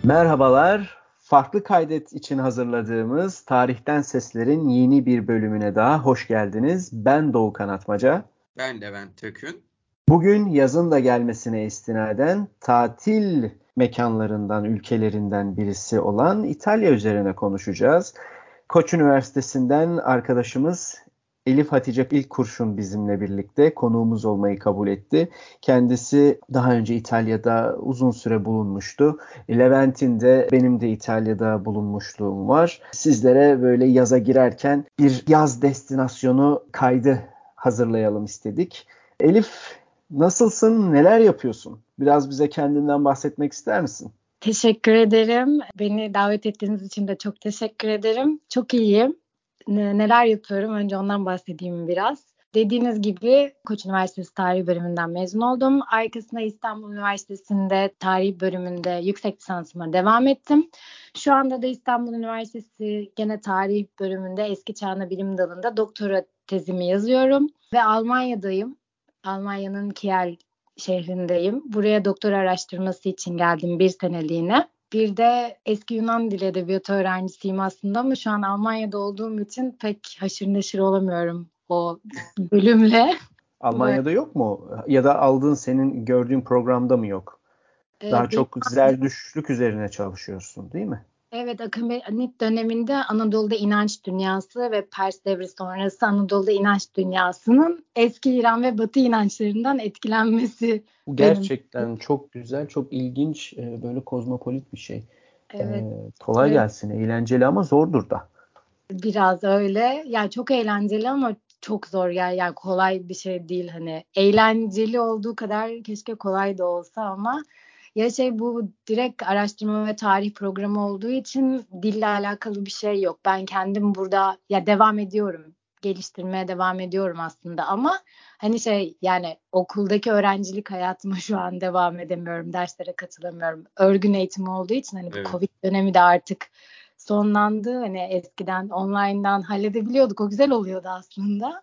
Merhabalar. Farklı kaydet için hazırladığımız Tarihten Sesler'in yeni bir bölümüne daha hoş geldiniz. Ben Doğukan Atmaca. Ben Levent Tökün. Bugün yazın da gelmesine istinaden tatil mekanlarından, ülkelerinden birisi olan İtalya üzerine konuşacağız. Koç Üniversitesi'nden arkadaşımız Elif Hatice İlkkurşun bizimle birlikte konuğumuz olmayı kabul etti. Kendisi daha önce İtalya'da uzun süre bulunmuştu. Levent'in de benim de İtalya'da bulunmuşluğum var. Sizlere böyle yaza girerken bir yaz destinasyonu kaydı hazırlayalım istedik. Elif, nasılsın? Neler yapıyorsun? Biraz bize kendinden bahsetmek ister misin? Teşekkür ederim. Beni davet ettiğiniz için de çok teşekkür ederim. Çok iyiyim. Neler yapıyorum? Önce ondan bahsedeyim biraz. Dediğiniz gibi Koç Üniversitesi Tarih Bölümünden mezun oldum. Arkasında İstanbul Üniversitesi'nde Tarih Bölümünde yüksek lisansıma devam ettim. Şu anda da İstanbul Üniversitesi gene Tarih Bölümünde Eski Çağ Bilim Dalı'nda doktora tezimi yazıyorum. Ve Almanya'dayım. Almanya'nın Kiel şehrindeyim. Buraya doktora araştırması için geldim bir seneliğine. Bir de eski Yunan dili edebiyatı öğrencisiyim aslında ama şu an Almanya'da olduğum için pek haşır neşir olamıyorum o bölümle. Almanya'da yok mu? Ya da aldığın senin gördüğün programda mı yok? Daha çok Zerdüştlük üzerine çalışıyorsun, değil mi? Evet, akademik döneminde Anadolu'da inanç dünyası ve Pers Devri sonrası Anadolu'da inanç dünyasının eski İran ve Batı inançlarından etkilenmesi. Bu gerçekten çok güzel, çok ilginç, böyle kozmopolit bir şey. Evet. Kolay gelsin, eğlenceli ama zordur da. Biraz öyle. Yani çok eğlenceli ama çok zor yani kolay bir şey değil, hani eğlenceli olduğu kadar keşke kolay da olsa ama ya bu direkt araştırma ve tarih programı olduğu için dille alakalı bir şey yok. Ben kendim burada devam ediyorum. Geliştirmeye devam ediyorum aslında ama hani yani okuldaki öğrencilik hayatıma şu an devam edemiyorum. Derslere katılamıyorum. Örgün eğitimi olduğu için hani bu Evet. Covid dönemi de artık sonlandı. Hani eskiden online'dan halledebiliyorduk. O güzel oluyordu aslında.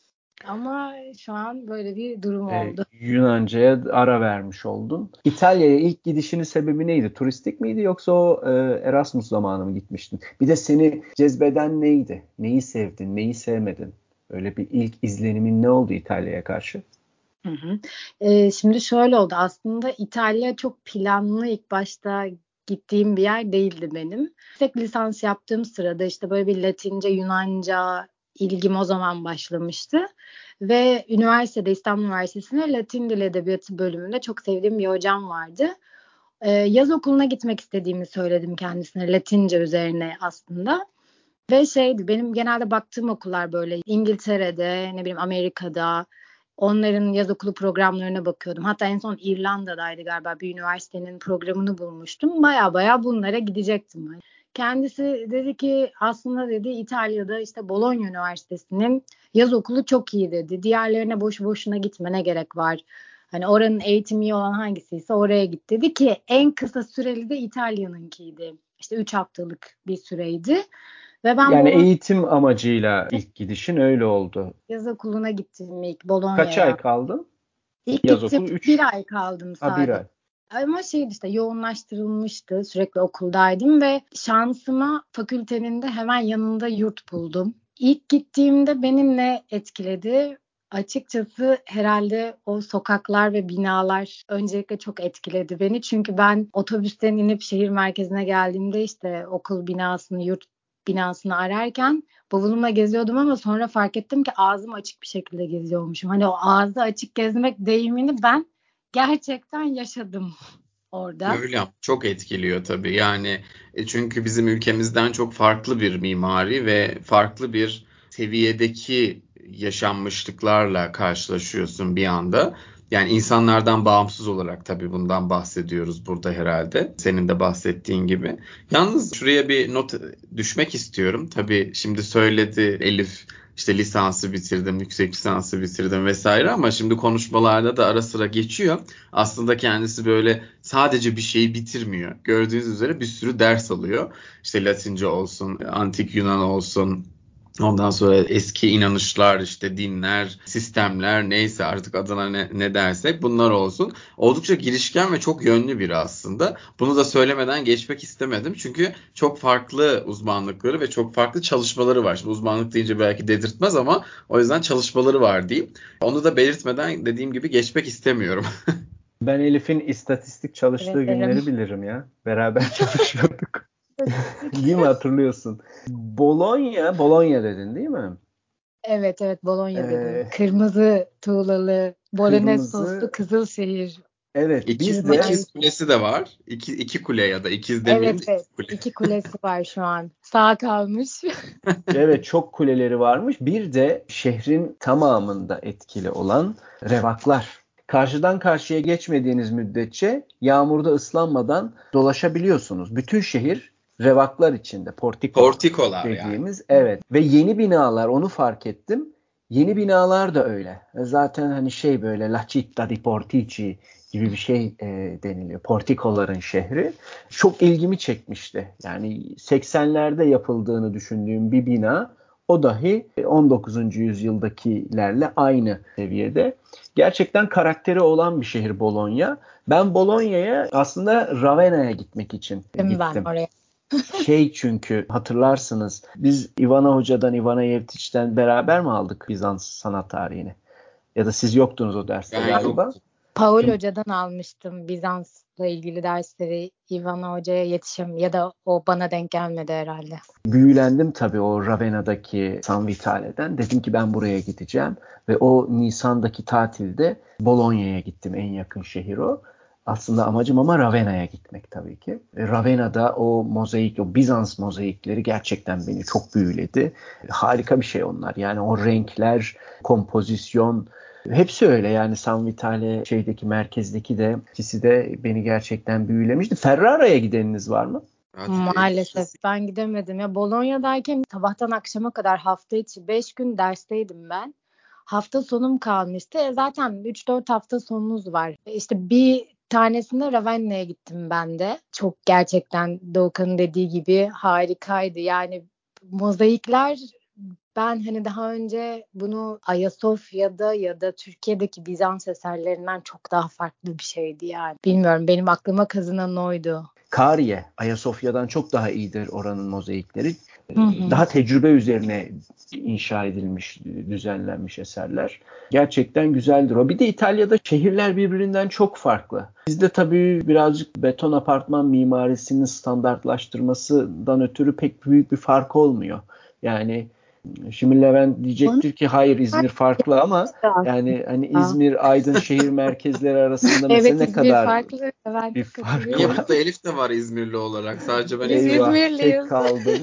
Ama şu an böyle bir durum oldu. Yunanca'ya ara vermiş oldun. İtalya'ya ilk gidişinin sebebi neydi? Turistik miydi yoksa o Erasmus zamanı mı gitmiştin? Bir de seni cezbeden neydi? Neyi sevdin, neyi sevmedin? Öyle bir ilk izlenimin ne oldu İtalya'ya karşı? Şimdi şöyle oldu. Aslında İtalya çok planlı ilk başta gittiğim bir yer değildi benim. Yüksek lisans yaptığım sırada işte böyle bir Latince, Yunanca ilgim o zaman başlamıştı. Ve üniversitede İstanbul Üniversitesi'nde Latin Dil Edebiyatı bölümünde çok sevdiğim bir hocam vardı. Yaz okuluna gitmek istediğimi söyledim kendisine, Latince üzerine aslında. Ve benim genelde baktığım okullar böyle İngiltere'de, ne bileyim Amerika'da, onların yaz okulu programlarına bakıyordum. Hatta en son İrlanda'daydı galiba, bir üniversitenin programını bulmuştum. Baya bunlara gidecektim. Kendisi dedi ki aslında dedi İtalya'da işte Bologna Üniversitesi'nin yaz okulu çok iyi dedi. Diğerlerine boşu boşuna gitmene gerek var. Hani oranın eğitimi iyi olan hangisiyse oraya git dedi ki en kısa süreli de İtalya'nınkiydi. İşte 3 haftalık bir süreydi. Ve ben Yani eğitim amacıyla ilk gidişin öyle oldu. Yaz okuluna gittim ilk Kaç Bologna'ya. ay kaldın? İlk Yaz gittim okulu 3. bir ay kaldım Bir sadece. ay. Ama işte yoğunlaştırılmıştı. Sürekli okuldaydım ve şansıma fakültenin de hemen yanında yurt buldum. İlk gittiğimde beni ne etkiledi? Açıkçası herhalde o sokaklar ve binalar öncelikle çok etkiledi beni. Çünkü ben otobüsten inip şehir merkezine geldiğimde işte okul binasını, yurt binasını ararken bavulumla geziyordum ama sonra fark ettim ki ağzım açık bir şekilde geziyormuşum. Hani o ağzı açık gezmek deyimini ben gerçekten yaşadım orada. Öyle çok etkiliyor tabii. Yani çünkü bizim ülkemizden çok farklı bir mimari ve farklı bir seviyedeki yaşanmışlıklarla karşılaşıyorsun bir anda. Yani insanlardan bağımsız olarak tabii bundan bahsediyoruz burada herhalde. Senin de bahsettiğin gibi. Yalnız şuraya bir not düşmek istiyorum. Tabii şimdi söyledi Elif, işte lisansı bitirdim, yüksek lisansı bitirdim vesaire ama şimdi konuşmalarda da ara sıra geçiyor. Aslında kendisi böyle sadece bir şeyi bitirmiyor. Gördüğünüz üzere bir sürü ders alıyor. İşte Latince olsun, Antik Yunan olsun, Ondan sonra eski inanışlar, işte dinler, sistemler, neyse artık adına ne dersek bunlar olsun. Oldukça girişken ve çok yönlü biri aslında. Bunu da söylemeden geçmek istemedim. Çünkü çok farklı uzmanlıkları ve çok farklı çalışmaları var. Şimdi uzmanlık deyince belki dedirtmez ama o yüzden çalışmaları var diyeyim. Onu da belirtmeden dediğim gibi geçmek istemiyorum. Ben Elif'in istatistik çalıştığı Ederim. günleri bilirim ya. Beraber çalışıyorduk. Değil mi, hatırlıyorsun? Bologna dedin değil mi? Evet Bologna dedim. Ee, Kırmızı tuğlalı, bolognese soslu Kırmızı. Kızılşehir Evet, biz de İkiz kulesi de var. İki kule ya da ikiz demeyelim. Evet. Kule. 2 kulesi var şu an. Sağ kalmış. evet, çok kuleleri varmış. Bir de şehrin tamamında etkili olan revaklar. Karşıdan karşıya geçmediğiniz müddetçe yağmurda ıslanmadan dolaşabiliyorsunuz. Bütün şehir revaklar içinde. Portiko Portikolar yani. dediğimiz. Evet. Ve yeni binalar, onu fark ettim. Yeni binalar da öyle. Zaten hani şey, böyle La Città di Portici gibi bir şey deniliyor. Portikoların şehri. Çok ilgimi çekmişti. Yani 80'lerde yapıldığını düşündüğüm bir bina, o dahi 19. yüzyıldakilerle aynı seviyede. Gerçekten karakteri olan bir şehir Bologna. Ben Bologna'ya aslında Ravena'ya gitmek için Gittim ben gittim. oraya. Çünkü hatırlarsınız, biz Ivana Hoca'dan, Ivana Yevtiç'ten beraber mi aldık Bizans sanat tarihini? Ya da siz yoktunuz o derste Ben galiba. yoktum. Paul Şimdi Hoca'dan almıştım Bizans'la ilgili dersleri. Ivana Hoca'ya yetişem ya da o bana denk gelmedi herhalde. büyülendim tabii o Ravena'daki San Vitale'den. Dedim ki ben buraya gideceğim. Ve o Nisan'daki tatilde Bologna'ya gittim. En yakın şehir o. Aslında amacım ama Ravena'ya gitmek tabii ki. Ravena'da o mozaik, o Bizans mozaikleri gerçekten beni çok büyüledi. Harika bir şey onlar. Yani o renkler, kompozisyon, hepsi öyle. Yani San Vitale şeydeki, merkezdeki de, ikisi de beni gerçekten büyülemişti. Ferrara'ya gideniniz var mı? Hadi. Maalesef ben gidemedim. Ya Bolonya'dayken sabahtan akşama kadar hafta içi 5 gün dersteydim ben. Hafta sonum kalmıştı. Zaten 3-4 hafta sonunuz var. İşte bir tanesinde Ravenna'ya gittim ben de. Çok gerçekten Doğukan'ın dediği gibi harikaydı. Yani mozaikler, ben hani daha önce bunu Ayasofya'da ya da Türkiye'deki Bizans eserlerinden çok daha farklı bir şeydi yani. Bilmiyorum, benim aklıma kazınan oydu. Kariye, Ayasofya'dan çok daha iyidir oranın mozaikleri. Hı hı. Daha tecrübe üzerine inşa edilmiş, düzenlenmiş eserler. Gerçekten güzeldir o. Bir de İtalya'da şehirler birbirinden çok farklı. Bizde tabii birazcık beton apartman mimarisinin standartlaştırmasından ötürü pek büyük bir fark olmuyor. Yani şimdi Levent Bana diyecektir ki hayır, İzmir farklı, ama yani hani aslında. İzmir, Aydın şehir merkezleri arasında mesela Evet, ne İzmir kadar farklı. Ben bir de fark Niye katılıyorum. var? burada Elif de var İzmirli olarak? Sadece ben Biz İzmirliyim. Eyvah, tek İzmirliyiz. kaldım.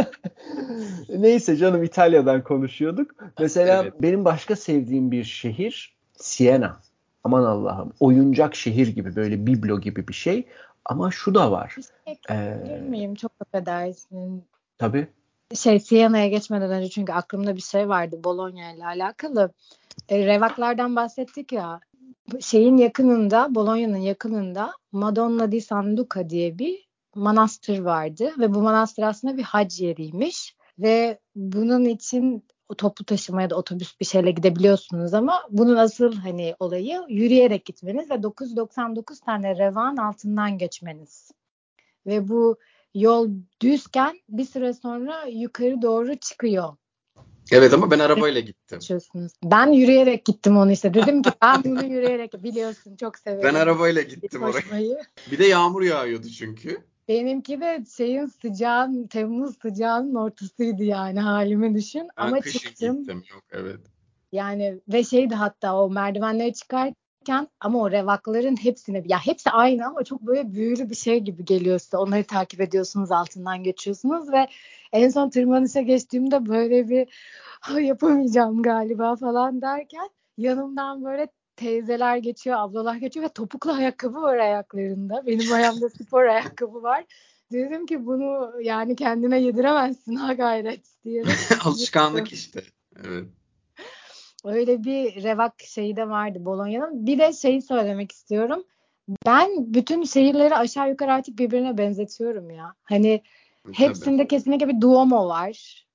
Neyse canım, İtalya'dan konuşuyorduk. Mesela Evet. benim başka sevdiğim bir şehir Siena. Aman Allah'ım, oyuncak şehir gibi, böyle biblo gibi bir şey. Ama şu da var. Bir şey Ee, ekleyebilir miyim? Çok affedersin. tabii. Siena'ya geçmeden önce, çünkü aklımda bir şey vardı Bologna ile alakalı. Revaklardan bahsettik ya. Şeyin yakınında, Bologna'nın yakınında Madonna di San Luca diye bir manastır vardı ve bu manastır aslında bir hac yeriymiş ve bunun için o toplu taşıma ya da otobüs bir şeyle gidebiliyorsunuz, ama bunun asıl hani olayı yürüyerek gitmeniz ve 999 tane revan altından geçmeniz. Ve bu yol düzken bir süre sonra yukarı doğru çıkıyor. Evet ama ben arabayla gittim. Ben yürüyerek gittim onu işte. Dedim ki ben bunu yürüyerek, biliyorsun çok Ben severim arabayla gittim oraya. koşmayı. Bir de yağmur yağıyordu çünkü. Benimki de Temmuz sıcağının ortasıydı yani, halimi düşün. Ben Ama kışın çıktım. gittim. Yok, evet. Yani ve hatta o merdivenleri çıkarken, ama o revakların hepsine, ya hepsi aynı ama çok böyle büyülü bir şey gibi geliyor size. Onları takip ediyorsunuz, altından geçiyorsunuz ve en son tırmanışa geçtiğimde böyle bir yapamayacağım galiba falan derken yanımdan böyle teyzeler geçiyor, ablalar geçiyor ve topuklu ayakkabı var ayaklarında. Benim ayağımda spor ayakkabı var. Dedim ki bunu yani kendine yediremezsin, ha gayret diyerek. Alışkanlık işte. Evet. Öyle bir revak şeyi de vardı Bolonya'nın. Bir de şeyi söylemek istiyorum. Ben bütün şehirleri aşağı yukarı artık birbirine benzetiyorum ya. Hani Tabii. hepsinde kesinlikle bir Duomo var.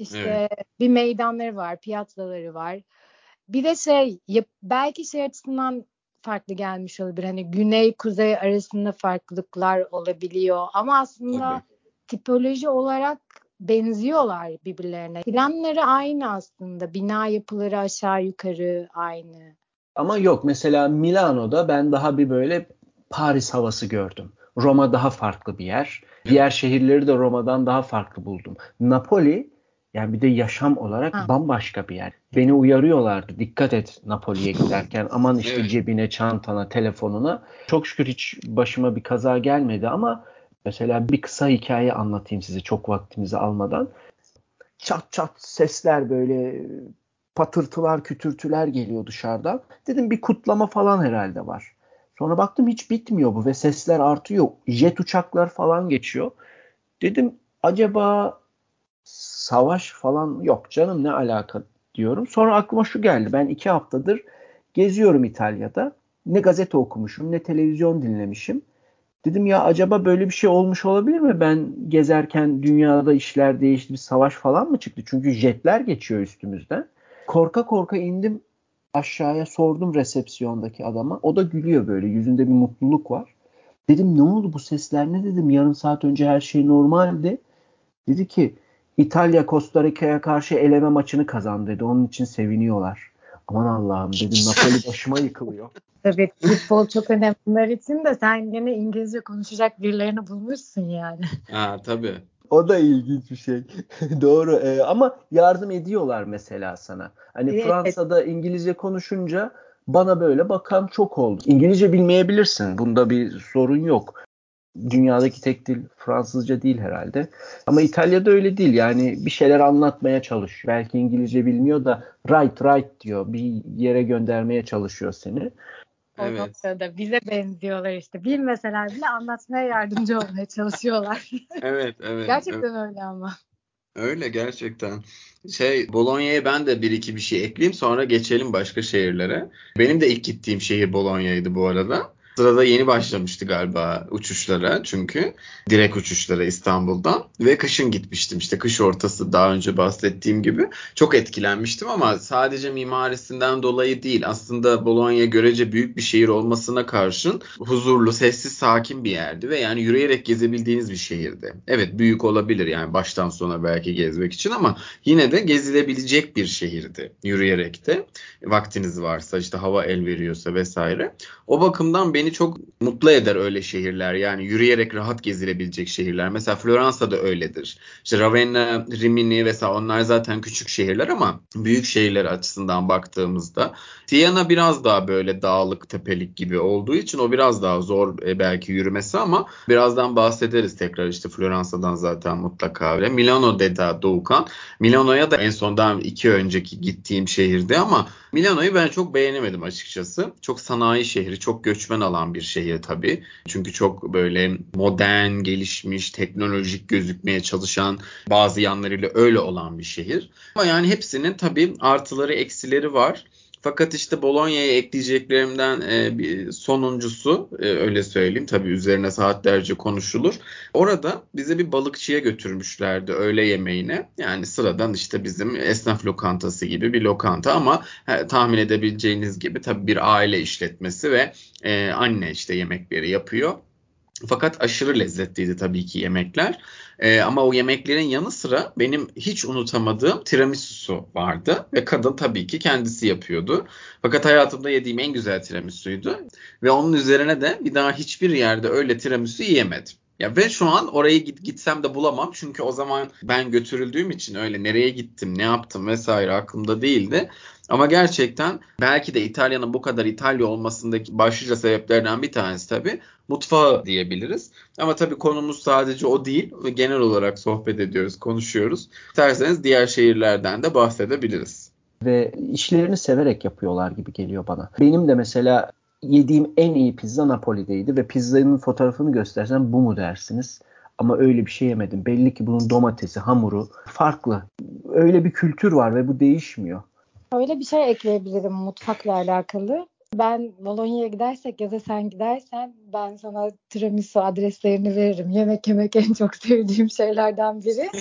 İşte bir meydanları var, piazzaları var. Bir de belki açısından farklı gelmiş olabilir. Hani güney kuzey arasında farklılıklar olabiliyor. Ama aslında tipoloji olarak benziyorlar birbirlerine. Planları aynı aslında. Bina yapıları aşağı yukarı aynı. Ama yok, mesela Milano'da ben daha bir böyle Paris havası gördüm. Roma daha farklı bir yer. Diğer şehirleri de Roma'dan daha farklı buldum. Napoli, yani bir de yaşam olarak bambaşka bir yer. Beni uyarıyorlardı. Dikkat et Napoli'ye giderken. Aman işte cebine, çantana, telefonuna. Çok şükür hiç başıma bir kaza gelmedi ama mesela bir kısa hikaye anlatayım size çok vaktinizi almadan. Çat çat sesler, böyle patırtılar, kütürtüler geliyor dışarıdan. Dedim bir kutlama falan herhalde var. Sonra baktım hiç bitmiyor bu ve sesler artıyor. Jet uçaklar falan geçiyor. Dedim acaba savaş falan, yok canım ne alaka diyorum. Sonra aklıma şu geldi. Ben 2 haftadır geziyorum İtalya'da. Ne gazete okumuşum ne televizyon dinlemişim. Dedim ya acaba böyle bir şey olmuş olabilir mi? Ben gezerken dünyada işler değişti, bir savaş falan mı çıktı? Çünkü jetler geçiyor üstümüzden. Korka korka indim aşağıya, sordum resepsiyondaki adama. O da gülüyor böyle, yüzünde bir mutluluk var. Dedim ne oldu, bu sesler ne dedim? Yarım saat önce her şey normaldi. Dedi ki İtalya Costa Rica'ya karşı eleme maçını kazandı dedi. Onun için seviniyorlar. Aman Allah'ım dedim, Napoli başıma yıkılıyor. Evet, futbol çok önemli bunlar için de sen gene İngilizce konuşacak birilerini bulmuşsun yani. Tabii. O da ilginç bir şey. Doğru. Ama yardım ediyorlar mesela sana. Hani Fransa'da İngilizce konuşunca bana böyle bakan çok oldu. İngilizce bilmeyebilirsin. Bunda bir sorun yok. Dünyadaki tek dil Fransızca değil herhalde. Ama İtalya'da öyle değil. Yani bir şeyler anlatmaya çalışıyor. Belki İngilizce bilmiyor da right diyor. Bir yere göndermeye çalışıyor seni. O noktada bize benziyorlar işte. Bilmeseler bile anlatmaya yardımcı olmaya çalışıyorlar. Evet. Gerçekten öyle ama. Öyle gerçekten. Bologna'ya ben de bir iki bir şey ekleyeyim, sonra geçelim başka şehirlere. Benim de ilk gittiğim şehir Bologna'ydı bu arada. Sırada yeni başlamıştı galiba uçuşlara, çünkü direkt uçuşlara İstanbul'dan, ve kışın gitmiştim, işte kış ortası, daha önce bahsettiğim gibi. Çok etkilenmiştim ama sadece mimarisinden dolayı değil, aslında Bologna görece büyük bir şehir olmasına karşın huzurlu, sessiz, sakin bir yerdi ve yani yürüyerek gezebildiğiniz bir şehirdi. Evet, büyük olabilir yani baştan sona belki gezmek için, ama yine de gezilebilecek bir şehirdi yürüyerek de, vaktiniz varsa, işte hava el veriyorsa vesaire. O bakımdan beni çok mutlu eder öyle şehirler, yani yürüyerek rahat gezilebilecek şehirler. Mesela Floransa da öyledir. İşte Ravenna, Rimini vesaire, onlar zaten küçük şehirler ama büyük şehirler açısından baktığımızda Siena biraz daha böyle dağlık, tepelik gibi olduğu için o biraz daha zor belki yürümesi, ama birazdan bahsederiz tekrar işte Floransa'dan zaten mutlaka öyle. Milano dedi Doğukan. Milano'ya da en sondan 2 önceki gittiğim şehirdi ama Milano'yu ben çok beğenemedim açıkçası. Çok sanayi şehri, çok göçmen alan bir şehir tabii. Çünkü çok böyle modern, gelişmiş, teknolojik gözükmeye çalışan, bazı yanlarıyla öyle olan bir şehir. Ama yani hepsinin tabii artıları, eksileri var. Fakat işte Bologna'ya ekleyeceklerimden bir sonuncusu, öyle söyleyeyim. Tabii üzerine saatlerce konuşulur. Orada bizi bir balıkçıya götürmüşlerdi öğle yemeğine. Yani sıradan işte bizim esnaf lokantası gibi bir lokanta, ama tahmin edebileceğiniz gibi tabii bir aile işletmesi ve anne işte yemekleri yapıyor. Fakat aşırı lezzetliydi tabii ki yemekler. Ama o yemeklerin yanı sıra benim hiç unutamadığım tiramisu'su vardı. Ve kadın tabii ki kendisi yapıyordu. Fakat hayatımda yediğim en güzel tiramisu'ydu. Ve onun üzerine de bir daha hiçbir yerde öyle tiramisu yiyemedim. Ya ve şu an oraya gitsem de bulamam. Çünkü o zaman ben götürüldüğüm için öyle nereye gittim, ne yaptım vesaire aklımda değildi. Ama gerçekten belki de İtalya'nın bu kadar İtalya olmasındaki başlıca sebeplerden bir tanesi tabii mutfağı diyebiliriz. Ama tabii konumuz sadece o değil. Genel olarak sohbet ediyoruz, konuşuyoruz. İsterseniz diğer şehirlerden de bahsedebiliriz. Ve işlerini severek yapıyorlar gibi geliyor bana. Benim de mesela yediğim en iyi pizza Napoli'deydi ve pizzanın fotoğrafını göstersem bu mu dersiniz? Ama öyle bir şey yemedim. Belli ki bunun domatesi, hamuru farklı. Öyle bir kültür var ve bu değişmiyor. Öyle bir şey ekleyebilirim mutfakla alakalı. Ben Bologna'ya gidersek ya da sen gidersen ben sana tiramisu adreslerini veririm. Yemek en çok sevdiğim şeylerden biri.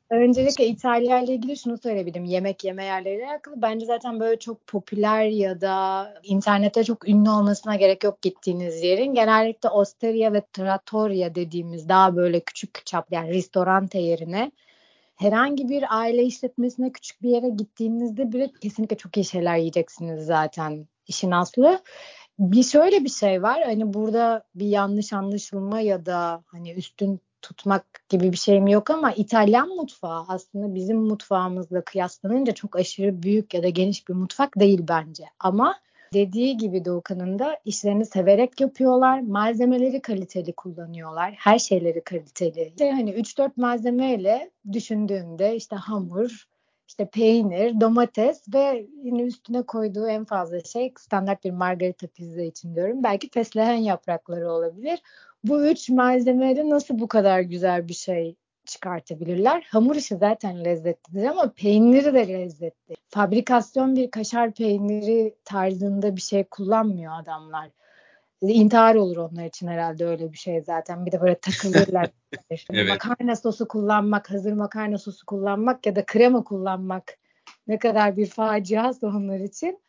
Öncelikle İtalya ile ilgili şunu söyleyebilirim. Yemek yeme yerleriyle alakalı. Bence zaten böyle çok popüler ya da internette çok ünlü olmasına gerek yok gittiğiniz yerin. Genellikle osteria ve trattoria dediğimiz daha böyle küçük çap, yani restorante yerine herhangi bir aile işletmesine, küçük bir yere gittiğinizde bile kesinlikle çok iyi şeyler yiyeceksiniz zaten, işin aslı. Şöyle bir şey var. Hani burada bir yanlış anlaşılma ya da hani üstün tutmak gibi bir şeyim yok ama İtalyan mutfağı aslında bizim mutfağımızla kıyaslanınca çok aşırı büyük ya da geniş bir mutfak değil bence. Ama dediği gibi Doğukan'ın da işlerini severek yapıyorlar. Malzemeleri kaliteli kullanıyorlar. Her şeyleri kaliteli. İşte hani 3-4 malzemeyle düşündüğünde işte hamur, işte peynir, domates ve yine üstüne koyduğu en fazla şey standart bir margarita pizza için diyorum. Belki fesleğen yaprakları olabilir. Bu 3 malzemeyle nasıl bu kadar güzel bir şey çıkartabilirler? Hamur işi zaten lezzetlidir ama peyniri de lezzetli. Fabrikasyon bir kaşar peyniri tarzında bir şey kullanmıyor adamlar. İntihar olur onlar için herhalde öyle bir şey zaten. Bir de böyle takılırlar. Evet. Makarna sosu kullanmak, hazır makarna sosu kullanmak ya da krema kullanmak ne kadar bir faciası onlar için.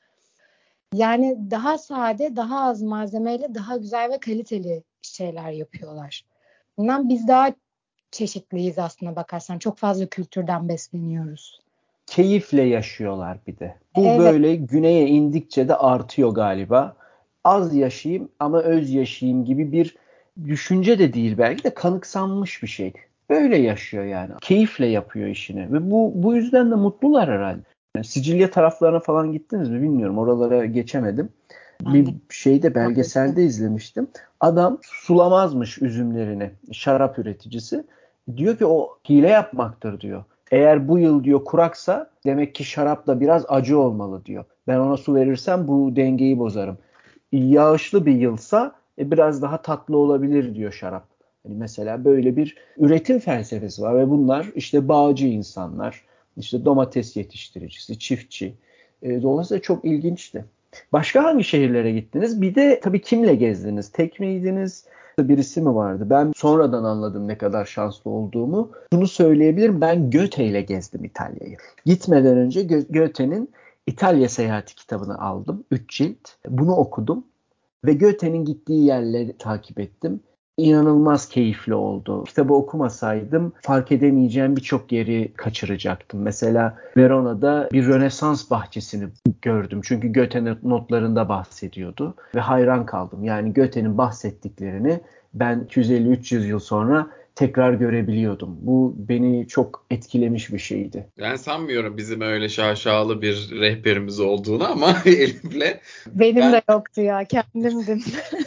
Yani daha sade, daha az malzemeyle daha güzel ve kaliteli şeyler yapıyorlar. Bundan biz daha çeşitliyiz aslında bakarsan. Çok fazla kültürden besleniyoruz. Keyifle yaşıyorlar bir de. Bu Evet. böyle güneye indikçe de artıyor galiba. Az yaşayayım ama öz yaşayayım gibi bir düşünce de değil, belki de kanıksanmış bir şey. Böyle yaşıyor yani. Keyifle yapıyor işini ve bu yüzden de mutlular herhalde. Yani Sicilya taraflarına falan gittiniz mi bilmiyorum. Oralara geçemedim. Bir şeyde, belgeselde izlemiştim. Adam sulamazmış üzümlerini. Şarap üreticisi. Diyor ki o hile yapmaktır diyor. Eğer bu yıl diyor kuraksa demek ki şarap da biraz acı olmalı diyor. Ben ona su verirsem bu dengeyi bozarım. Yağışlı bir yılsa biraz daha tatlı olabilir diyor şarap. Yani mesela böyle bir üretim felsefesi var ve bunlar işte bağcı insanlar, işte domates yetiştiricisi, çiftçi. Dolayısıyla çok ilginçti. Başka hangi şehirlere gittiniz? Bir de tabii kimle gezdiniz? Tek miydiniz? Birisi mi vardı? Ben sonradan anladım ne kadar şanslı olduğumu. Şunu söyleyebilirim. Ben Goethe ile gezdim İtalya'yı. Gitmeden önce Goethe'nin İtalya Seyahati kitabını aldım. 3 cilt. Bunu okudum ve Goethe'nin gittiği yerleri takip ettim. İnanılmaz keyifli oldu. Kitabı okumasaydım fark edemeyeceğim birçok yeri kaçıracaktım. Mesela Verona'da bir Rönesans bahçesini gördüm. Çünkü Goethe notlarında bahsediyordu ve hayran kaldım. Yani Goethe'nin bahsettiklerini ben 250-300 yıl sonra tekrar görebiliyordum. Bu beni çok etkilemiş bir şeydi. Ben sanmıyorum bizim öyle şaşalı bir rehberimiz olduğunu ama Elif'le Benim de yoktu ya, kendimdim.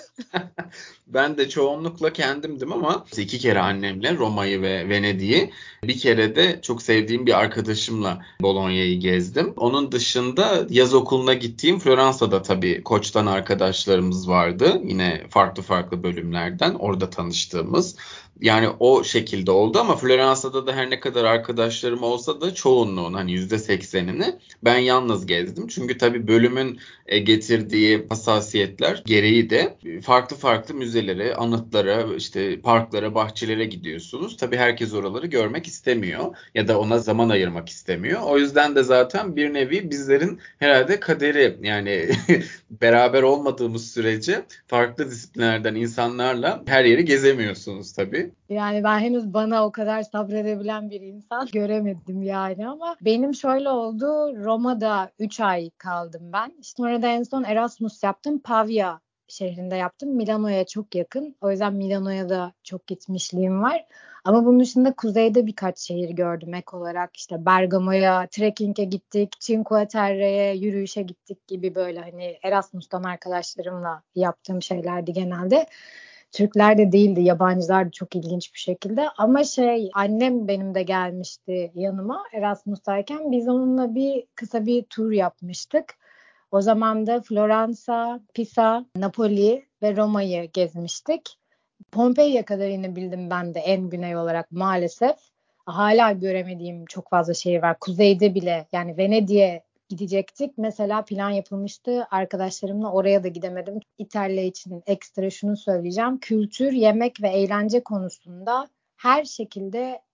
ben de çoğunlukla kendimdim ama 2 kere annemle Roma'yı ve Venedik'i, bir kere de çok sevdiğim bir arkadaşımla Bologna'yı gezdim. Onun dışında yaz okuluna gittiğim Floransa'da tabii Koç'tan arkadaşlarımız vardı. Yine farklı farklı bölümlerden orada tanıştığımız. Yani o şekilde oldu ama Floransa'da da her ne kadar arkadaşlarım olsa da çoğunluğun hani %80'ini ben yalnız gezdim. Çünkü tabii bölümün getirdiği hassasiyetler gereği de farklı farklı müzelere, anıtlara, işte parklara, bahçelere gidiyorsunuz. Tabii herkes oraları görmek istemiyor ya da ona zaman ayırmak istemiyor. O yüzden de zaten bir nevi bizlerin herhalde kaderi, yani beraber olmadığımız sürece farklı disiplinlerden insanlarla her yeri gezemiyorsunuz tabii. Yani ben henüz bana o kadar sabredebilen bir insan göremedim yani, ama benim şöyle oldu. Roma'da 3 ay kaldım ben. İşte orada en son Erasmus yaptım. Pavia şehrinde yaptım. Milano'ya çok yakın. O yüzden Milano'ya da çok gitmişliğim var. Ama bunun dışında kuzeyde birkaç şehir gördüm ek olarak. İşte Bergamo'ya trekking'e gittik. Cinque Terre'ye yürüyüşe gittik gibi, böyle hani Erasmus'tan arkadaşlarımla yaptığım şeylerdi genelde. Türkler de değildi, yabancılar da çok ilginç bir şekilde. Ama annem benim de gelmişti yanıma Erasmus'tayken. Biz onunla kısa bir tur yapmıştık. O zaman da Floransa, Pisa, Napoli ve Roma'yı gezmiştik. Pompei'ye kadar inebildim ben de en güney olarak maalesef. Hala göremediğim çok fazla şehir var. Kuzeyde bile, yani Venedik'e gidecektik. Mesela plan yapılmıştı. Arkadaşlarımla oraya da gidemedim. İtalya için ekstra şunu söyleyeceğim. Kültür, yemek ve eğlence konusunda her şekilde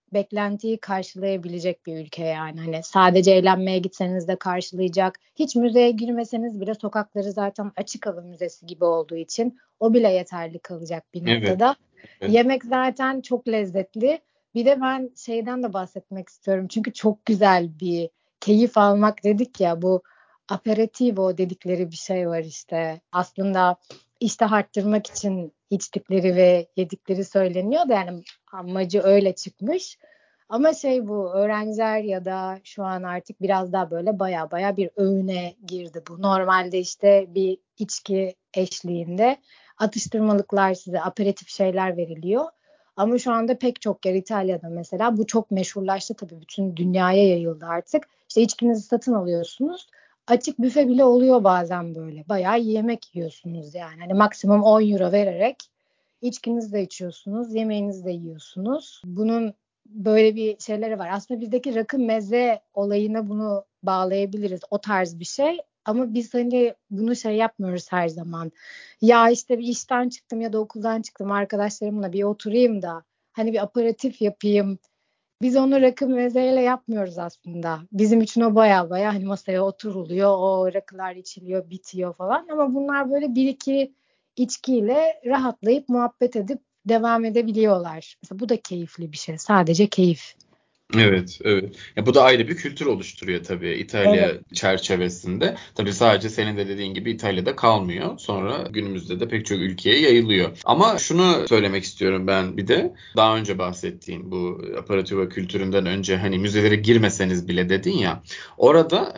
beklentiyi karşılayabilecek bir ülke yani. Hani sadece eğlenmeye gitseniz de karşılayacak. Hiç müzeye girmeseniz bile sokakları zaten açık hava müzesi gibi olduğu için o bile yeterli kalacak bir noktada. Evet. Yemek zaten çok lezzetli. Bir de ben şeyden de bahsetmek istiyorum. Çünkü çok güzel bir keyif almak dedik ya, bu aperitivo dedikleri bir şey var işte. Aslında iştah arttırmak için içtikleri ve yedikleri söyleniyor da yani amacı öyle çıkmış. Ama bu öğrenciler ya da şu an artık biraz daha böyle baya bir öğüne girdi bu. Normalde işte bir içki eşliğinde atıştırmalıklar, size aperatif şeyler veriliyor. Ama şu anda pek çok yer, İtalya'da mesela bu çok meşhurlaştı tabii, bütün dünyaya yayıldı artık. İşte içkinizi satın alıyorsunuz. Açık büfe bile oluyor bazen böyle. Bayağı yemek yiyorsunuz yani. Hani maksimum 10 euro vererek içkinizi de içiyorsunuz, yemeğinizi de yiyorsunuz. Bunun böyle bir şeyleri var. Aslında bizdeki rakı meze olayına bunu bağlayabiliriz. O tarz bir şey. Ama biz hani bunu yapmıyoruz her zaman. Ya işte bir işten çıktım ya da okuldan çıktım, arkadaşlarımla bir oturayım da hani bir aperatif yapayım. Biz onu rakı mezeyle yapmıyoruz aslında. Bizim için o baya hani masaya oturuluyor, o rakılar içiliyor, bitiyor falan. Ama bunlar böyle bir iki içkiyle rahatlayıp muhabbet edip devam edebiliyorlar. Mesela bu da keyifli bir şey. Sadece keyif. Evet, evet. Ya bu da ayrı bir kültür oluşturuyor tabii İtalya Evet. çerçevesinde. Tabii sadece senin de dediğin gibi İtalya'da kalmıyor. Sonra günümüzde de pek çok ülkeye yayılıyor. Ama şunu söylemek istiyorum ben bir de. Daha önce bahsettiğim bu aperatif kültüründen önce hani müzelere girmeseniz bile dedin ya. Orada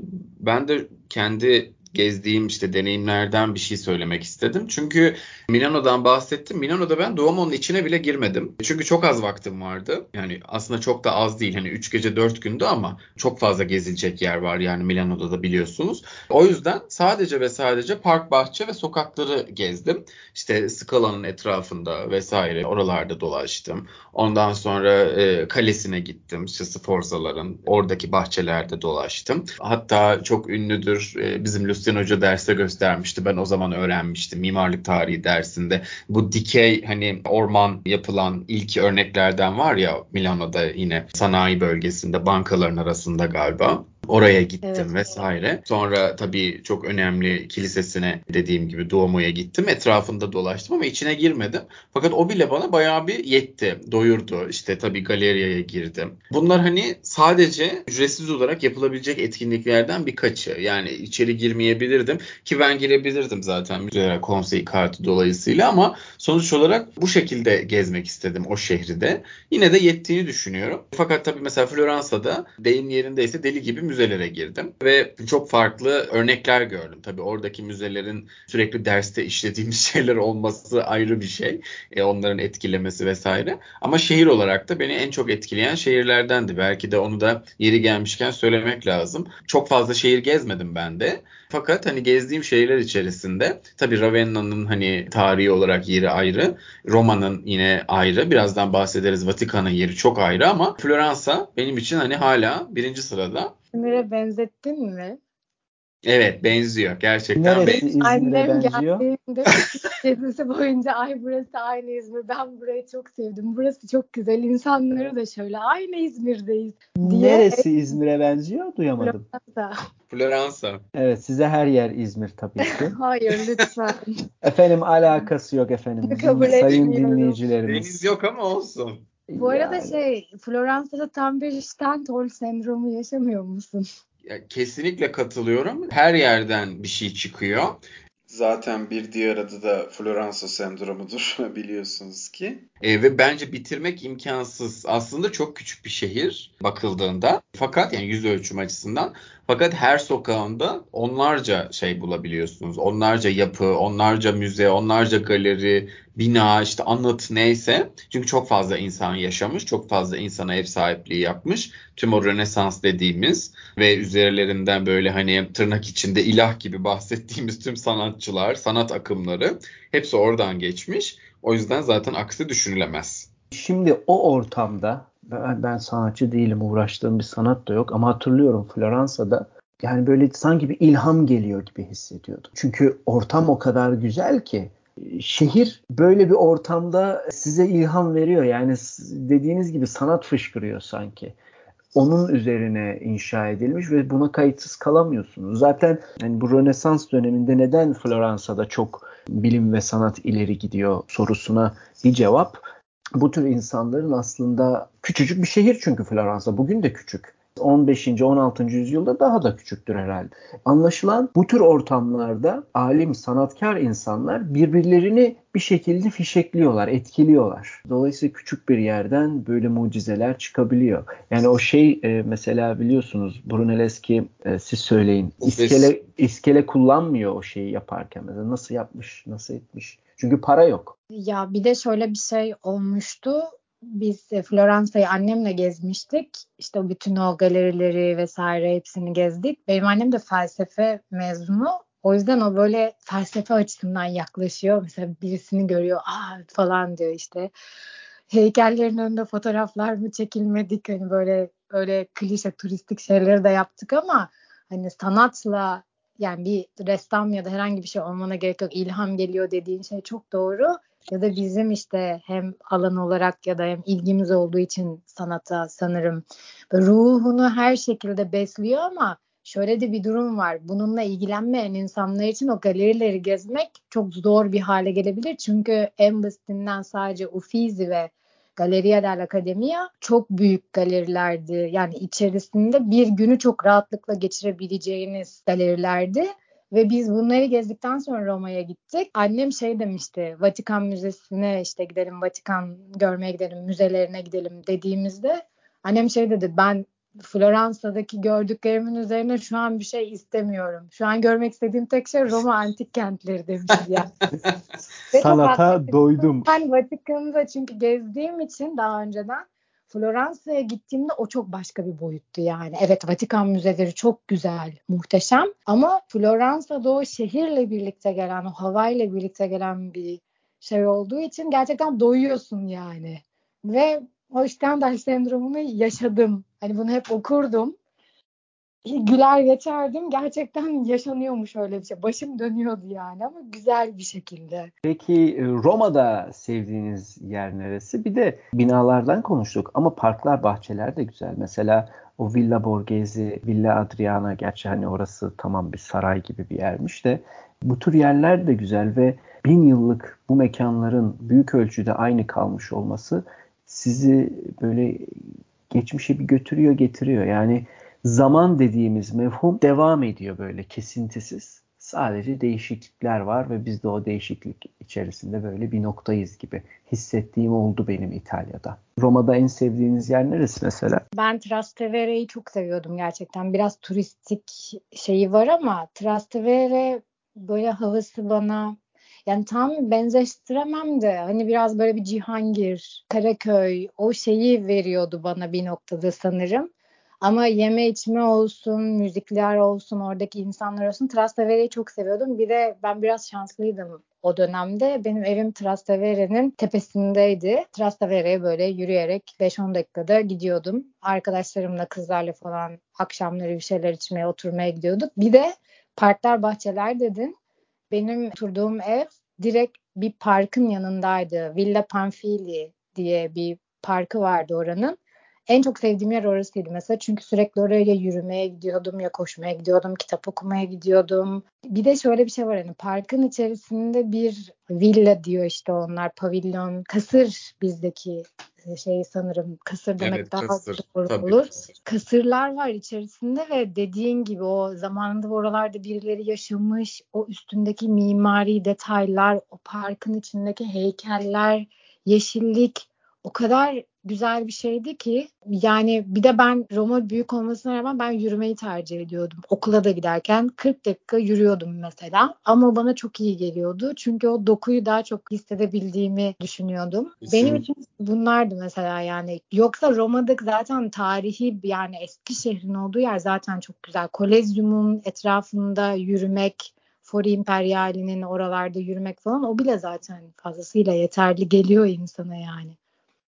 ben de kendi gezdiğim işte deneyimlerden bir şey söylemek istedim. Çünkü Milano'dan bahsettim. Milano'da ben Duomo'nun içine bile girmedim. Çünkü çok az vaktim vardı. Yani aslında çok da az değil. Hani 3 gece 4 gündü ama çok fazla gezilecek yer var yani Milano'da da biliyorsunuz. O yüzden sadece ve sadece park, bahçe ve sokakları gezdim. İşte Scala'nın etrafında vesaire oralarda dolaştım. Ondan sonra kalesine gittim. İşte Sforzaların oradaki bahçelerde dolaştım. Hatta çok ünlüdür. Bizim Lucian Hoca derste göstermişti. Ben o zaman öğrenmiştim. Mimarlık tarihi dersinde. Bu dikey hani orman yapılan ilk örneklerden var ya Milano'da, yine sanayi bölgesinde bankaların arasında galiba. Oraya gittim Evet. vesaire. Sonra tabii çok önemli kilisesine, dediğim gibi Duomo'ya gittim. Etrafında dolaştım ama içine girmedim. Fakat o bile bana bayağı bir yetti, doyurdu. İşte tabii galeriye girdim. Bunlar hani sadece ücretsiz olarak yapılabilecek etkinliklerden birkaçı. Yani içeri girmeyebilirdim ki ben girebilirdim zaten müzeler konsey kartı dolayısıyla, ama sonuç olarak bu şekilde gezmek istedim o şehri de. Yine de yettiğini düşünüyorum. Fakat tabii mesela Floransa'da deyim yerindeyse deli gibi müzelere girdim ve çok farklı örnekler gördüm. Tabii oradaki müzelerin sürekli derste işlediğimiz şeyler olması ayrı bir şey. Onların etkilemesi vesaire. Ama şehir olarak da beni en çok etkileyen şehirlerdendi. Belki de onu da yeri gelmişken söylemek lazım. Çok fazla şehir gezmedim ben de. Fakat hani gezdiğim şehirler içerisinde tabii Ravenna'nın hani tarihi olarak yeri ayrı. Roma'nın yine ayrı. Birazdan bahsederiz. Vatikan'ın yeri çok ayrı ama Floransa benim için hani hala birinci sırada. İzmir'e benzettin mi? Evet, benziyor. Gerçekten Neresi Benim İzmir'e annem benziyor? geldiğinde okul gezisi boyunca ay burası aynı İzmir, ben burayı çok sevdim, burası çok güzel, insanları da şöyle, aynı İzmir'deyiz diye Neresi İzmir'e benziyor? Duyamadım. Floransa. Floransa. Evet, size her yer İzmir tabii ki. Hayır lütfen. Efendim alakası yok efendim. Kabul Sayın etmiyorum. Deniz dinleyicilerimiz. yok ama olsun. Bu arada Yani Floransa'da tam bir Stendhal sendromu yaşamıyor musun? Ya, kesinlikle katılıyorum. Her yerden bir şey çıkıyor. Zaten bir diğer adı da Floransa sendromudur biliyorsunuz ki. Ve bence bitirmek imkansız. Aslında çok küçük bir şehir bakıldığında. Fakat yani yüz ölçüm açısından. Fakat her sokağında onlarca şey bulabiliyorsunuz. Onlarca yapı, onlarca müze, onlarca galeri, bina, işte anıt neyse. Çünkü çok fazla insan yaşamış, çok fazla insana ev sahipliği yapmış. Tüm o Rönesans dediğimiz ve üzerlerinden böyle hani tırnak içinde ilah gibi bahsettiğimiz tüm sanatçılar, sanat akımları hepsi oradan geçmiş. O yüzden zaten aksi düşünülemez. şimdi o ortamda ben sanatçı değilim, uğraştığım bir sanat da yok ama hatırlıyorum Floransa'da yani böyle sanki bir ilham geliyor gibi hissediyordum. Çünkü ortam o kadar güzel ki Şehir böyle bir ortamda size ilham veriyor. Yani dediğiniz gibi sanat fışkırıyor sanki. Onun üzerine inşa edilmiş ve buna kayıtsız kalamıyorsunuz. Zaten yani bu Rönesans döneminde neden Floransa'da çok bilim ve sanat ileri gidiyor sorusuna bir cevap. Bu tür insanların aslında küçücük bir şehir çünkü Floransa. Bugün de küçük. 15. 16. yüzyılda daha da küçüktür herhalde. Anlaşılan bu tür ortamlarda alim, sanatkar insanlar birbirlerini bir şekilde fişekliyorlar, etkiliyorlar. Dolayısıyla küçük bir yerden böyle mucizeler çıkabiliyor. Yani o mesela biliyorsunuz Brunelleschi siz söyleyin. İskele kullanmıyor o şeyi yaparken. Mesela nasıl yapmış, nasıl etmiş. Çünkü para yok. Ya bir de şöyle bir şey olmuştu. Biz Floransa'yı annemle gezmiştik. İşte bütün o galerileri vesaire hepsini gezdik. Benim annem de felsefe mezunu. O yüzden o böyle felsefe açısından yaklaşıyor. Mesela birisini görüyor, falan diyor işte. Heykellerin önünde fotoğraflar mı çekilmedik? Hani böyle klişe turistik şeyleri de yaptık ama hani sanatla, yani bir ressam ya da herhangi bir şey olmana gerek yok. İlham geliyor dediğin şey çok doğru. Ya da bizim işte hem alan olarak ya da hem ilgimiz olduğu için sanata sanırım ruhunu her şekilde besliyor ama şöyle de bir durum var. Bununla ilgilenmeyen insanlar için o galerileri gezmek çok zor bir hale gelebilir. Çünkü en basitinden sadece Uffizi ve Galleria dell'Accademia çok büyük galerilerdi. Yani içerisinde bir günü çok rahatlıkla geçirebileceğiniz galerilerdi. Ve biz bunları gezdikten sonra Roma'ya gittik. Annem şey demişti, Vatikan Müzesi'ne işte gidelim, Vatikan görmeye gidelim, müzelerine gidelim dediğimizde annem şey dedi, ben Floransa'daki gördüklerimin üzerine şu an bir şey istemiyorum. Şu an görmek istediğim tek şey Roma antik kentleri demişti yani. Ve çok Sanata doydum. Ben Vatikan'ı da çünkü gezdiğim için daha önceden Floransa'ya gittiğimde o çok başka bir boyuttu yani. Evet, Vatikan müzeleri çok güzel, muhteşem ama Floransa'da o şehirle birlikte gelen, o havayla birlikte gelen bir şey olduğu için gerçekten doyuyorsun yani. Ve o İskender sendromunu yaşadım. Hani bunu hep okurdum. Güler geçerdim. Gerçekten yaşanıyormuş öyle bir şey. Başım dönüyordu yani ama güzel bir şekilde. Peki Roma'da sevdiğiniz yer neresi? Bir de binalardan konuştuk ama parklar, bahçeler de güzel. Mesela o Villa Borghese, Villa Adriana, gerçi hani orası tamam bir saray gibi bir yermiş de bu tür yerler de güzel ve 1000 yıllık bu mekanların büyük ölçüde aynı kalmış olması sizi böyle geçmişe bir götürüyor, getiriyor. Yani zaman dediğimiz mefhum devam ediyor böyle kesintisiz. Sadece değişiklikler var ve biz de o değişiklik içerisinde böyle bir noktayız gibi hissettiğim oldu benim İtalya'da. Roma'da en sevdiğiniz yer neresi mesela? Ben Trastevere'yi çok seviyordum gerçekten. Biraz turistik şeyi var ama Trastevere böyle havası bana, yani tam benzeştiremem de hani biraz böyle bir Cihangir, Karaköy o şeyi veriyordu bana bir noktada sanırım. Ama yeme içme olsun, müzikler olsun, oradaki insanlar olsun, Trastevere'yi çok seviyordum. Bir de ben biraz şanslıydım o dönemde. Benim evim Trastevere'nin tepesindeydi. Trastevere'ye böyle yürüyerek 5-10 dakikada gidiyordum. Arkadaşlarımla, kızlarla falan akşamları bir şeyler içmeye, oturmaya gidiyorduk. Bir de parklar, bahçeler dedin. Benim oturduğum ev direkt bir parkın yanındaydı. Villa Pamphili diye bir parkı vardı oranın. En çok sevdiğim yer orasıydı mesela. Çünkü sürekli oraya yürümeye gidiyordum, ya koşmaya gidiyordum, kitap okumaya gidiyordum. Bir de şöyle bir şey var, hani parkın içerisinde bir villa diyor işte onlar, pavilyon, kasır bizdeki şey sanırım. Kasır demek Evet, daha kasır. doğru Tabii olur. kasır. Kasırlar var içerisinde ve dediğin gibi o zamanında oralarda birileri yaşamış, o üstündeki mimari detaylar, o parkın içindeki heykeller, yeşillik o kadar güzel bir şeydi ki, yani bir de ben Roma büyük olmasına rağmen ben yürümeyi tercih ediyordum. Okula da giderken 40 dakika yürüyordum mesela ama bana çok iyi geliyordu. Çünkü o dokuyu daha çok hissedebildiğimi düşünüyordum. Benim Kesin. için bunlardı mesela yani. Yoksa Roma'daki zaten tarihi, yani eski şehrin olduğu yer zaten çok güzel. Kolezyumun etrafında yürümek, Fori Imperiali'nin oralarda yürümek falan, o bile zaten fazlasıyla yeterli geliyor insana yani.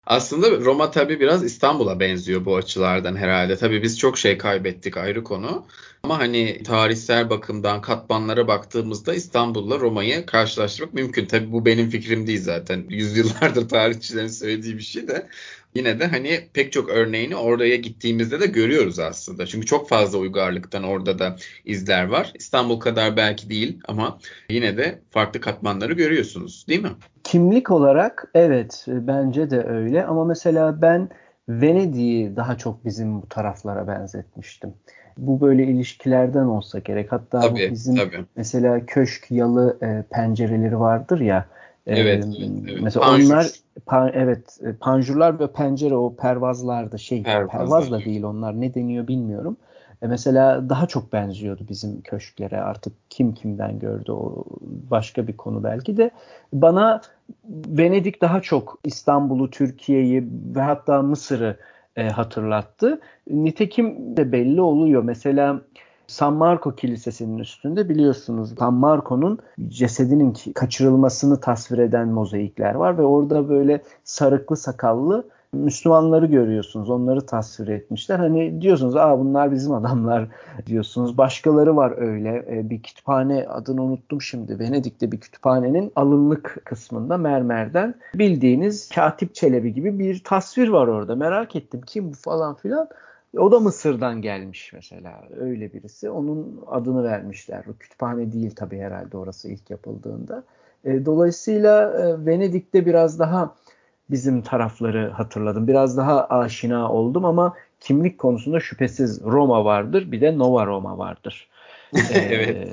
Aslında Roma tabii biraz İstanbul'a benziyor bu açılardan herhalde. Tabii biz çok şey kaybettik, ayrı konu. Ama hani tarihsel bakımdan katmanlara baktığımızda İstanbul'la Roma'yı karşılaştırmak mümkün. Tabii bu benim fikrim değil zaten. Yüzyıllardır tarihçilerin söylediği bir şey de. Yine de hani pek çok örneğini oraya gittiğimizde de görüyoruz aslında. Çünkü çok fazla uygarlıktan orada da izler var. İstanbul kadar belki değil ama yine de farklı katmanları görüyorsunuz, değil mi? Kimlik olarak evet, bence de öyle ama mesela ben Venedik'i daha çok bizim bu taraflara benzetmiştim. Bu böyle ilişkilerden olsa gerek. Hatta bu Tabii, bizim tabii. mesela köşk yalı pencereleri vardır ya. Evet, evet, evet. Mesela onlar Panjur, evet, panjurlar ve pencere, o pervazlarda pervaz pervazlar. da değil, onlar ne deniyor bilmiyorum. Mesela daha çok benziyordu bizim köşklere. Artık kim kimden gördü, o başka bir konu belki de. Bana Venedik daha çok İstanbul'u, Türkiye'yi ve hatta Mısır'ı hatırlattı. Nitekim de belli oluyor. Mesela San Marco Kilisesi'nin üstünde biliyorsunuz San Marco'nun cesedinin kaçırılmasını tasvir eden mozaikler var ve orada böyle sarıklı sakallı Müslümanları görüyorsunuz. Onları tasvir etmişler. Hani diyorsunuz, bunlar bizim adamlar diyorsunuz. Başkaları var öyle. Bir kütüphane, adını unuttum şimdi. Venedik'te bir kütüphanenin alınlık kısmında mermerden bildiğiniz Katip Çelebi gibi bir tasvir var orada. Merak ettim, kim bu falan filan. O da Mısır'dan gelmiş mesela. Öyle birisi. Onun adını vermişler. O kütüphane değil tabii herhalde orası ilk yapıldığında. Dolayısıyla Venedik'te biraz daha bizim tarafları hatırladım. Biraz daha aşina oldum ama kimlik konusunda şüphesiz Roma vardır. Bir de Nova Roma vardır. Evet.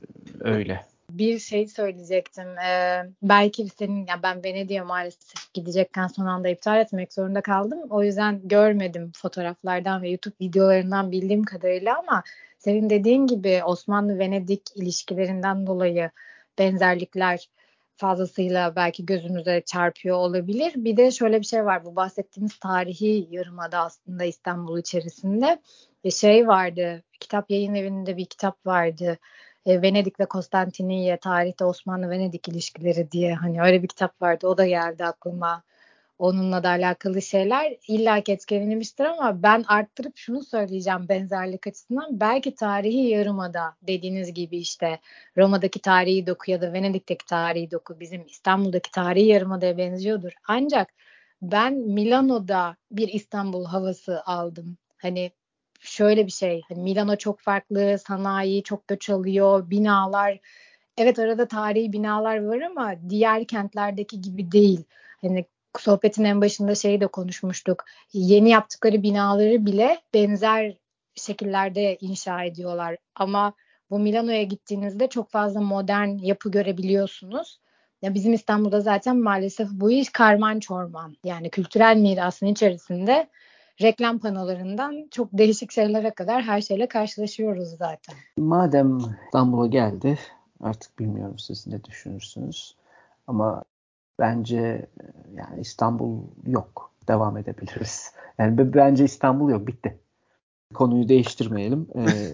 Öyle. Bir şey söyleyecektim. Belki senin, ya ben Venedik'e maalesef gidecekken son anda iptal etmek zorunda kaldım. O yüzden görmedim fotoğraflardan ve YouTube videolarından bildiğim kadarıyla, ama senin dediğin gibi Osmanlı-Venedik ilişkilerinden dolayı benzerlikler fazlasıyla belki gözümüze çarpıyor olabilir. Bir de şöyle bir şey var. Bu bahsettiğimiz tarihi yarımada aslında İstanbul içerisinde şey vardı. Kitap Yayın Evi'nde bir kitap vardı. Venedik ve Konstantiniyye, tarihte Osmanlı-Venedik ilişkileri diye, hani öyle bir kitap vardı. O da geldi aklıma. Onunla da alakalı şeyler illaki etkilenmiştir, ama ben arttırıp şunu söyleyeceğim benzerlik açısından. Belki tarihi yarımada dediğiniz gibi işte Roma'daki tarihi doku ya da Venedik'teki tarihi doku bizim İstanbul'daki tarihi yarımadaya benziyordur. Ancak ben Milano'da bir İstanbul havası aldım. Hani şöyle bir şey, hani Milano çok farklı, sanayi çok göç alıyor, binalar, evet arada tarihi binalar var ama diğer kentlerdeki gibi değil. Hani sohbetin en başında şeyi de konuşmuştuk. Yeni yaptıkları binaları bile benzer şekillerde inşa ediyorlar. Ama bu Milano'ya gittiğinizde çok fazla modern yapı görebiliyorsunuz. Ya bizim İstanbul'da zaten maalesef bu iş karman çorman. Yani kültürel mirasın içerisinde reklam panolarından çok değişik şeylere kadar her şeyle karşılaşıyoruz zaten. Madem İstanbul'a geldi, artık bilmiyorum siz ne düşünürsünüz. Ama bence yani İstanbul yok. Devam edebiliriz. Yani bence İstanbul yok. Bitti. Konuyu değiştirmeyelim.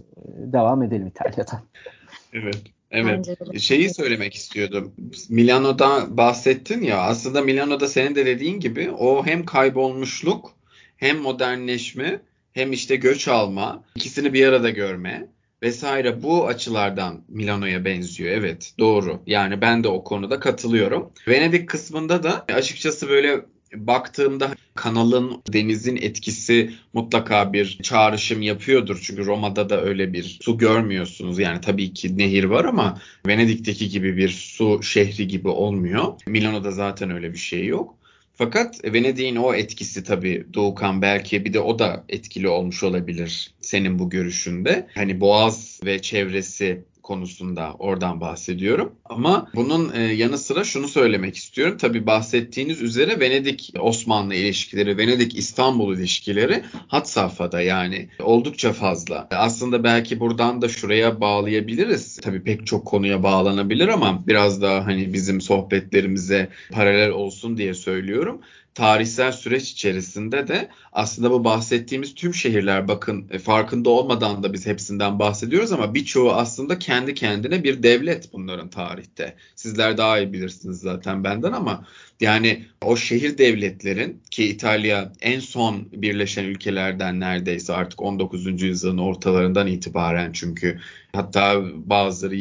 Devam edelim İtalya'dan. Evet. Evet. Bence de. Şeyi söylemek istiyordum. Milano'da bahsettin ya. Aslında Milano'da senin de dediğin gibi o hem kaybolmuşluk, hem modernleşme, hem işte göç alma, ikisini bir arada görme vesaire, bu açılardan Milano'ya benziyor. Evet, doğru. Yani ben de o konuda katılıyorum. Venedik kısmında da açıkçası böyle baktığımda kanalın, denizin etkisi mutlaka bir çağrışım yapıyordur. Çünkü Roma'da da öyle bir su görmüyorsunuz. Yani tabii ki nehir var ama Venedik'teki gibi bir su şehri gibi olmuyor. Milano'da zaten öyle bir şey yok. Fakat Venedik'in o etkisi tabii Doğukan, belki bir de o da etkili olmuş olabilir senin bu görüşünde. Hani Boğaz ve çevresi konusunda oradan bahsediyorum. Ama bunun yanı sıra şunu söylemek istiyorum. Tabii bahsettiğiniz üzere Venedik-Osmanlı ilişkileri, Venedik-İstanbul ilişkileri had safhada, yani oldukça fazla. Aslında belki buradan da şuraya bağlayabiliriz. Tabii pek çok konuya bağlanabilir ama biraz daha hani bizim sohbetlerimize paralel olsun diye söylüyorum. Tarihsel süreç içerisinde de aslında bu bahsettiğimiz tüm şehirler, bakın farkında olmadan da biz hepsinden bahsediyoruz ama birçoğu aslında kendi kendine bir devlet bunların tarihte. Sizler daha iyi bilirsiniz zaten benden ama Yani o şehir devletlerin, ki İtalya en son birleşen ülkelerden neredeyse artık 19. yüzyılın ortalarından itibaren, çünkü hatta bazıları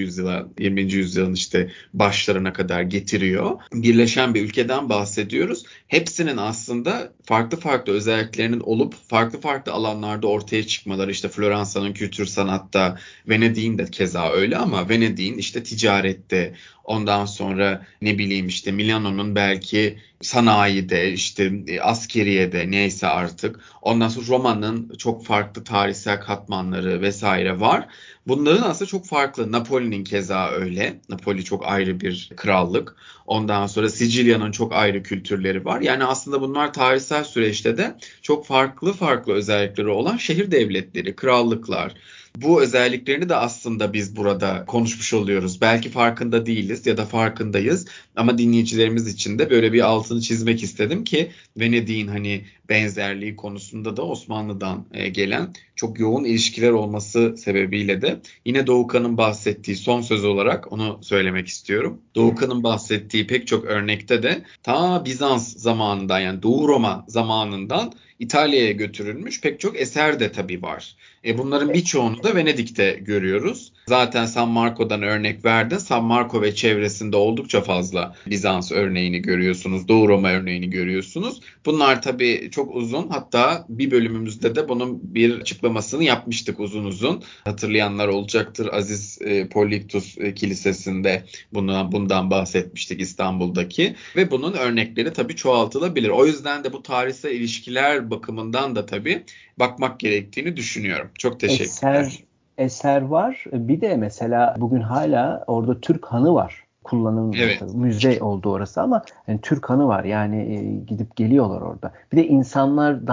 20. yüzyılın işte başlarına kadar getiriyor. Birleşen bir ülkeden bahsediyoruz. Hepsinin aslında farklı farklı özelliklerinin olup farklı farklı alanlarda ortaya çıkmaları, işte Floransa'nın kültür sanatta, Venedik'in de keza öyle, ama Venedik'in işte ticarette, ondan sonra ne bileyim işte Milano'nun belki sanayide, işte askeriyede, neyse artık. Ondan sonra Roma'nın çok farklı tarihsel katmanları vesaire var. Bunların aslında çok farklı. Napoli'nin keza öyle. Napoli çok ayrı bir krallık. Ondan sonra Sicilya'nın çok ayrı kültürleri var. Yani aslında bunlar tarihsel süreçte de çok farklı farklı özellikleri olan şehir devletleri, krallıklar. Bu özelliklerini de aslında biz burada konuşmuş oluyoruz. Belki farkında değiliz ya da farkındayız, ama dinleyicilerimiz için de böyle bir altını çizmek istedim ki Venedik'in hani benzerliği konusunda da Osmanlı'dan gelen çok yoğun ilişkiler olması sebebiyle de yine Doğukan'ın bahsettiği, son söz olarak onu söylemek istiyorum. Doğukan'ın bahsettiği pek çok örnekte de ta Bizans zamanından, yani Doğu Roma zamanından İtalya'ya götürülmüş pek çok eser de tabii var. Bunların birçoğunu da Venedik'te görüyoruz. Zaten San Marco'dan örnek verdin. San Marco ve çevresinde oldukça fazla Bizans örneğini görüyorsunuz. Doğu Roma örneğini görüyorsunuz. Bunlar tabii çok uzun. Hatta bir bölümümüzde de bunun bir açıklamasını yapmıştık uzun uzun. Hatırlayanlar olacaktır. Aziz Polyiktos Kilisesi'nde bundan bahsetmiştik, İstanbul'daki. Ve bunun örnekleri tabii çoğaltılabilir. O yüzden de bu tarihsel ilişkiler bakımından da tabii bakmak gerektiğini düşünüyorum. Çok teşekkürler. Eser var. Bir de mesela bugün hala orada Türk Hanı var. Kullanılmıyor Evet. tabii. Müze oldu orası ama yani Türk Hanı var. Yani gidip geliyorlar orada. Bir de insanlar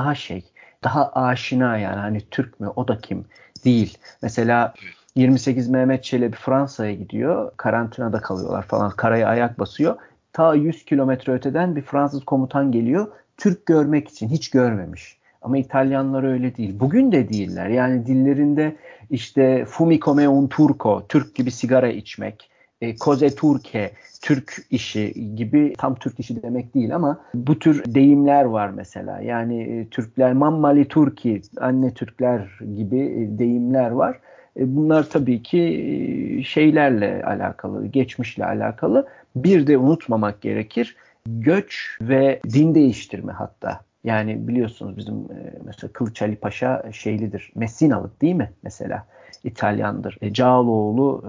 daha aşina, yani hani Türk mü, o da kim değil. Mesela 28 Mehmet Çelebi Fransa'ya gidiyor. Karantinada kalıyorlar falan. Karaya ayak basıyor. Ta 100 kilometre öteden bir Fransız komutan geliyor. Türk görmek için, hiç görmemiş. Ama İtalyanlar öyle değil. Bugün de değiller. Yani dillerinde işte fumi come un turco, Türk gibi sigara içmek, cose turche, Türk işi gibi, tam Türk işi demek değil ama bu tür deyimler var mesela. Yani Türkler, mammali Turki, anne Türkler gibi deyimler var. Bunlar tabii ki şeylerle alakalı, geçmişle alakalı. Bir de unutmamak gerekir, göç ve din değiştirme hatta. Yani biliyorsunuz bizim mesela Kılıç Ali Paşa şeylidir, Messinalık değil mi mesela? İtalyandır. Cağaloğlu,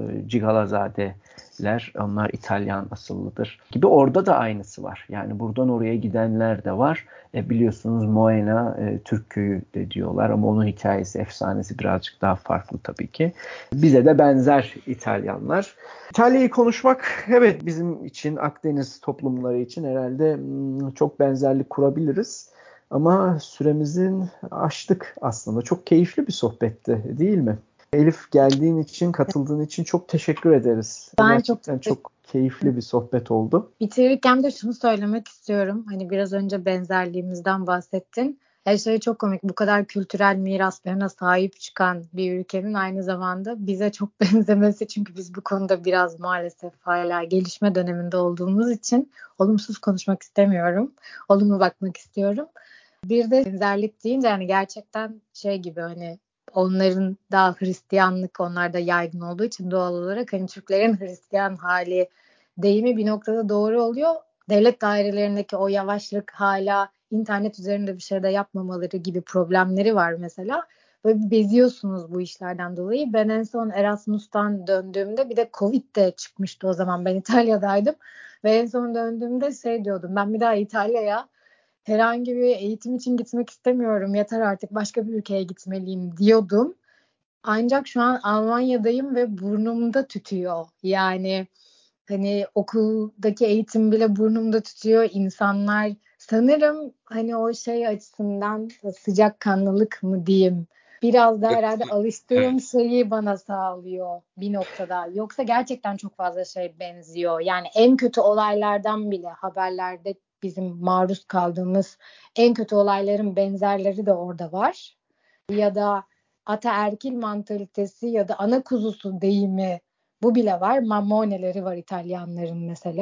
Cigalazadeler, onlar İtalyan asıllıdır gibi, orada da aynısı var. Yani buradan oraya gidenler de var. Biliyorsunuz Moena Türk köyü de diyorlar ama onun hikayesi, efsanesi birazcık daha farklı tabii ki. Bize de benzer İtalyanlar. İtalya'yı konuşmak, evet, bizim için, Akdeniz toplumları için herhalde çok benzerlik kurabiliriz. Ama süremizin aştık aslında. Çok keyifli bir sohbetti, değil mi? Elif, geldiğin için, katıldığın için çok teşekkür ederiz. Ben Gerçekten çok keyifli bir sohbet oldu. bitirirken de şunu söylemek istiyorum. Hani biraz önce benzerliğimizden bahsettin. Her şey çok komik. Bu kadar kültürel miraslarına sahip çıkan bir ülkenin aynı zamanda bize çok benzemesi. Çünkü biz bu konuda biraz maalesef hala gelişme döneminde olduğumuz için olumsuz konuşmak istemiyorum. Olumlu bakmak istiyorum. Bir de benzerlik deyince yani gerçekten şey gibi, hani onların daha Hristiyanlık onlarda yaygın olduğu için doğal olarak hani Türklerin Hristiyan hali deyimi bir noktada doğru oluyor. Devlet dairelerindeki o yavaşlık, hala internet üzerinde bir şey de yapmamaları gibi problemleri var mesela. Böyle bir beziyorsunuz bu işlerden dolayı. Ben en son Erasmus'tan döndüğümde, bir de Covid de çıkmıştı o zaman, ben İtalya'daydım. Ve en son döndüğümde şey diyordum, ben bir daha İtalya'ya herhangi bir eğitim için gitmek istemiyorum, yeter artık, başka bir ülkeye gitmeliyim diyordum. Ancak şu an Almanya'dayım ve burnumda tütüyor. Yani hani okuldaki eğitim bile burnumda tütüyor. İnsanlar sanırım hani o şey açısından sıcakkanlılık mı diyeyim, biraz da herhalde alıştığım Evet. şeyi bana sağlıyor bir noktada. Yoksa gerçekten çok fazla şey benziyor. Yani en kötü olaylardan bile haberlerde bizim maruz kaldığımız en kötü olayların benzerleri de orada var. Ya da ataerkil mantalitesi ya da ana kuzusu deyimi, bu bile var. Mammoneleri var İtalyanların mesela.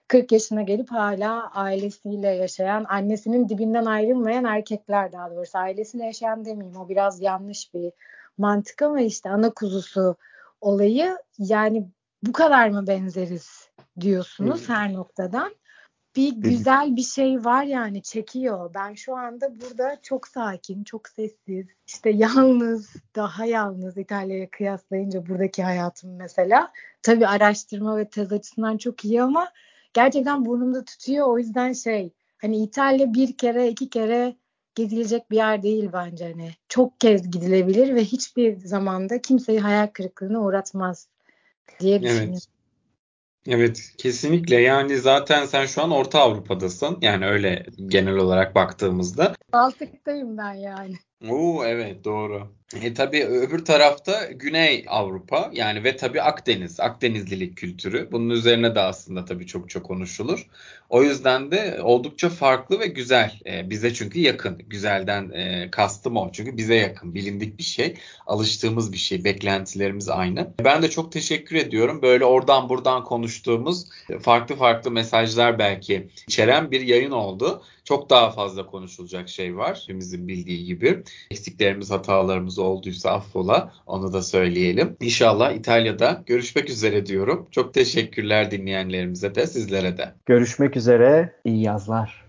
40 yaşına gelip hala ailesiyle yaşayan, annesinin dibinden ayrılmayan erkekler, daha doğrusu ailesiyle yaşayan demeyeyim, o biraz yanlış bir mantık ama işte ana kuzusu olayı, yani bu kadar mı benzeriz diyorsunuz her noktadan. Bir güzel bir şey var yani, çekiyor. Ben şu anda burada çok sakin, çok sessiz, işte yalnız, daha yalnız İtalya'ya kıyaslayınca buradaki hayatım mesela. Tabii araştırma ve tez açısından çok iyi ama gerçekten burnumda tutuyor. O yüzden hani İtalya bir kere iki kere gezilecek bir yer değil bence. Hani çok kez gidilebilir ve hiçbir zamanda kimseyi hayal kırıklığına uğratmaz diye düşünüyorum. Evet. Evet, kesinlikle. Yani zaten sen şu an Orta Avrupa'dasın. Yani öyle genel olarak baktığımızda. Baltık'tayım ben yani. Oo, evet, doğru. Tabii öbür tarafta Güney Avrupa yani ve tabii Akdenizlilik kültürü. Bunun üzerine de aslında tabii çok çok konuşulur. O yüzden de oldukça farklı ve güzel. Bize çünkü yakın. Güzelden kastım o. Çünkü bize yakın, bilindik bir şey. Alıştığımız bir şey. Beklentilerimiz aynı. Ben de çok teşekkür ediyorum. Böyle oradan buradan konuştuğumuz farklı farklı mesajlar belki içeren bir yayın oldu. Çok daha fazla konuşulacak şey var. Hepimizin bildiği gibi. Eksiklerimiz, hatalarımız olduysa affola, onu da söyleyelim. İnşallah İtalya'da görüşmek üzere diyorum. Çok teşekkürler dinleyenlerimize de, sizlere de. Görüşmek üzere, iyi yazlar.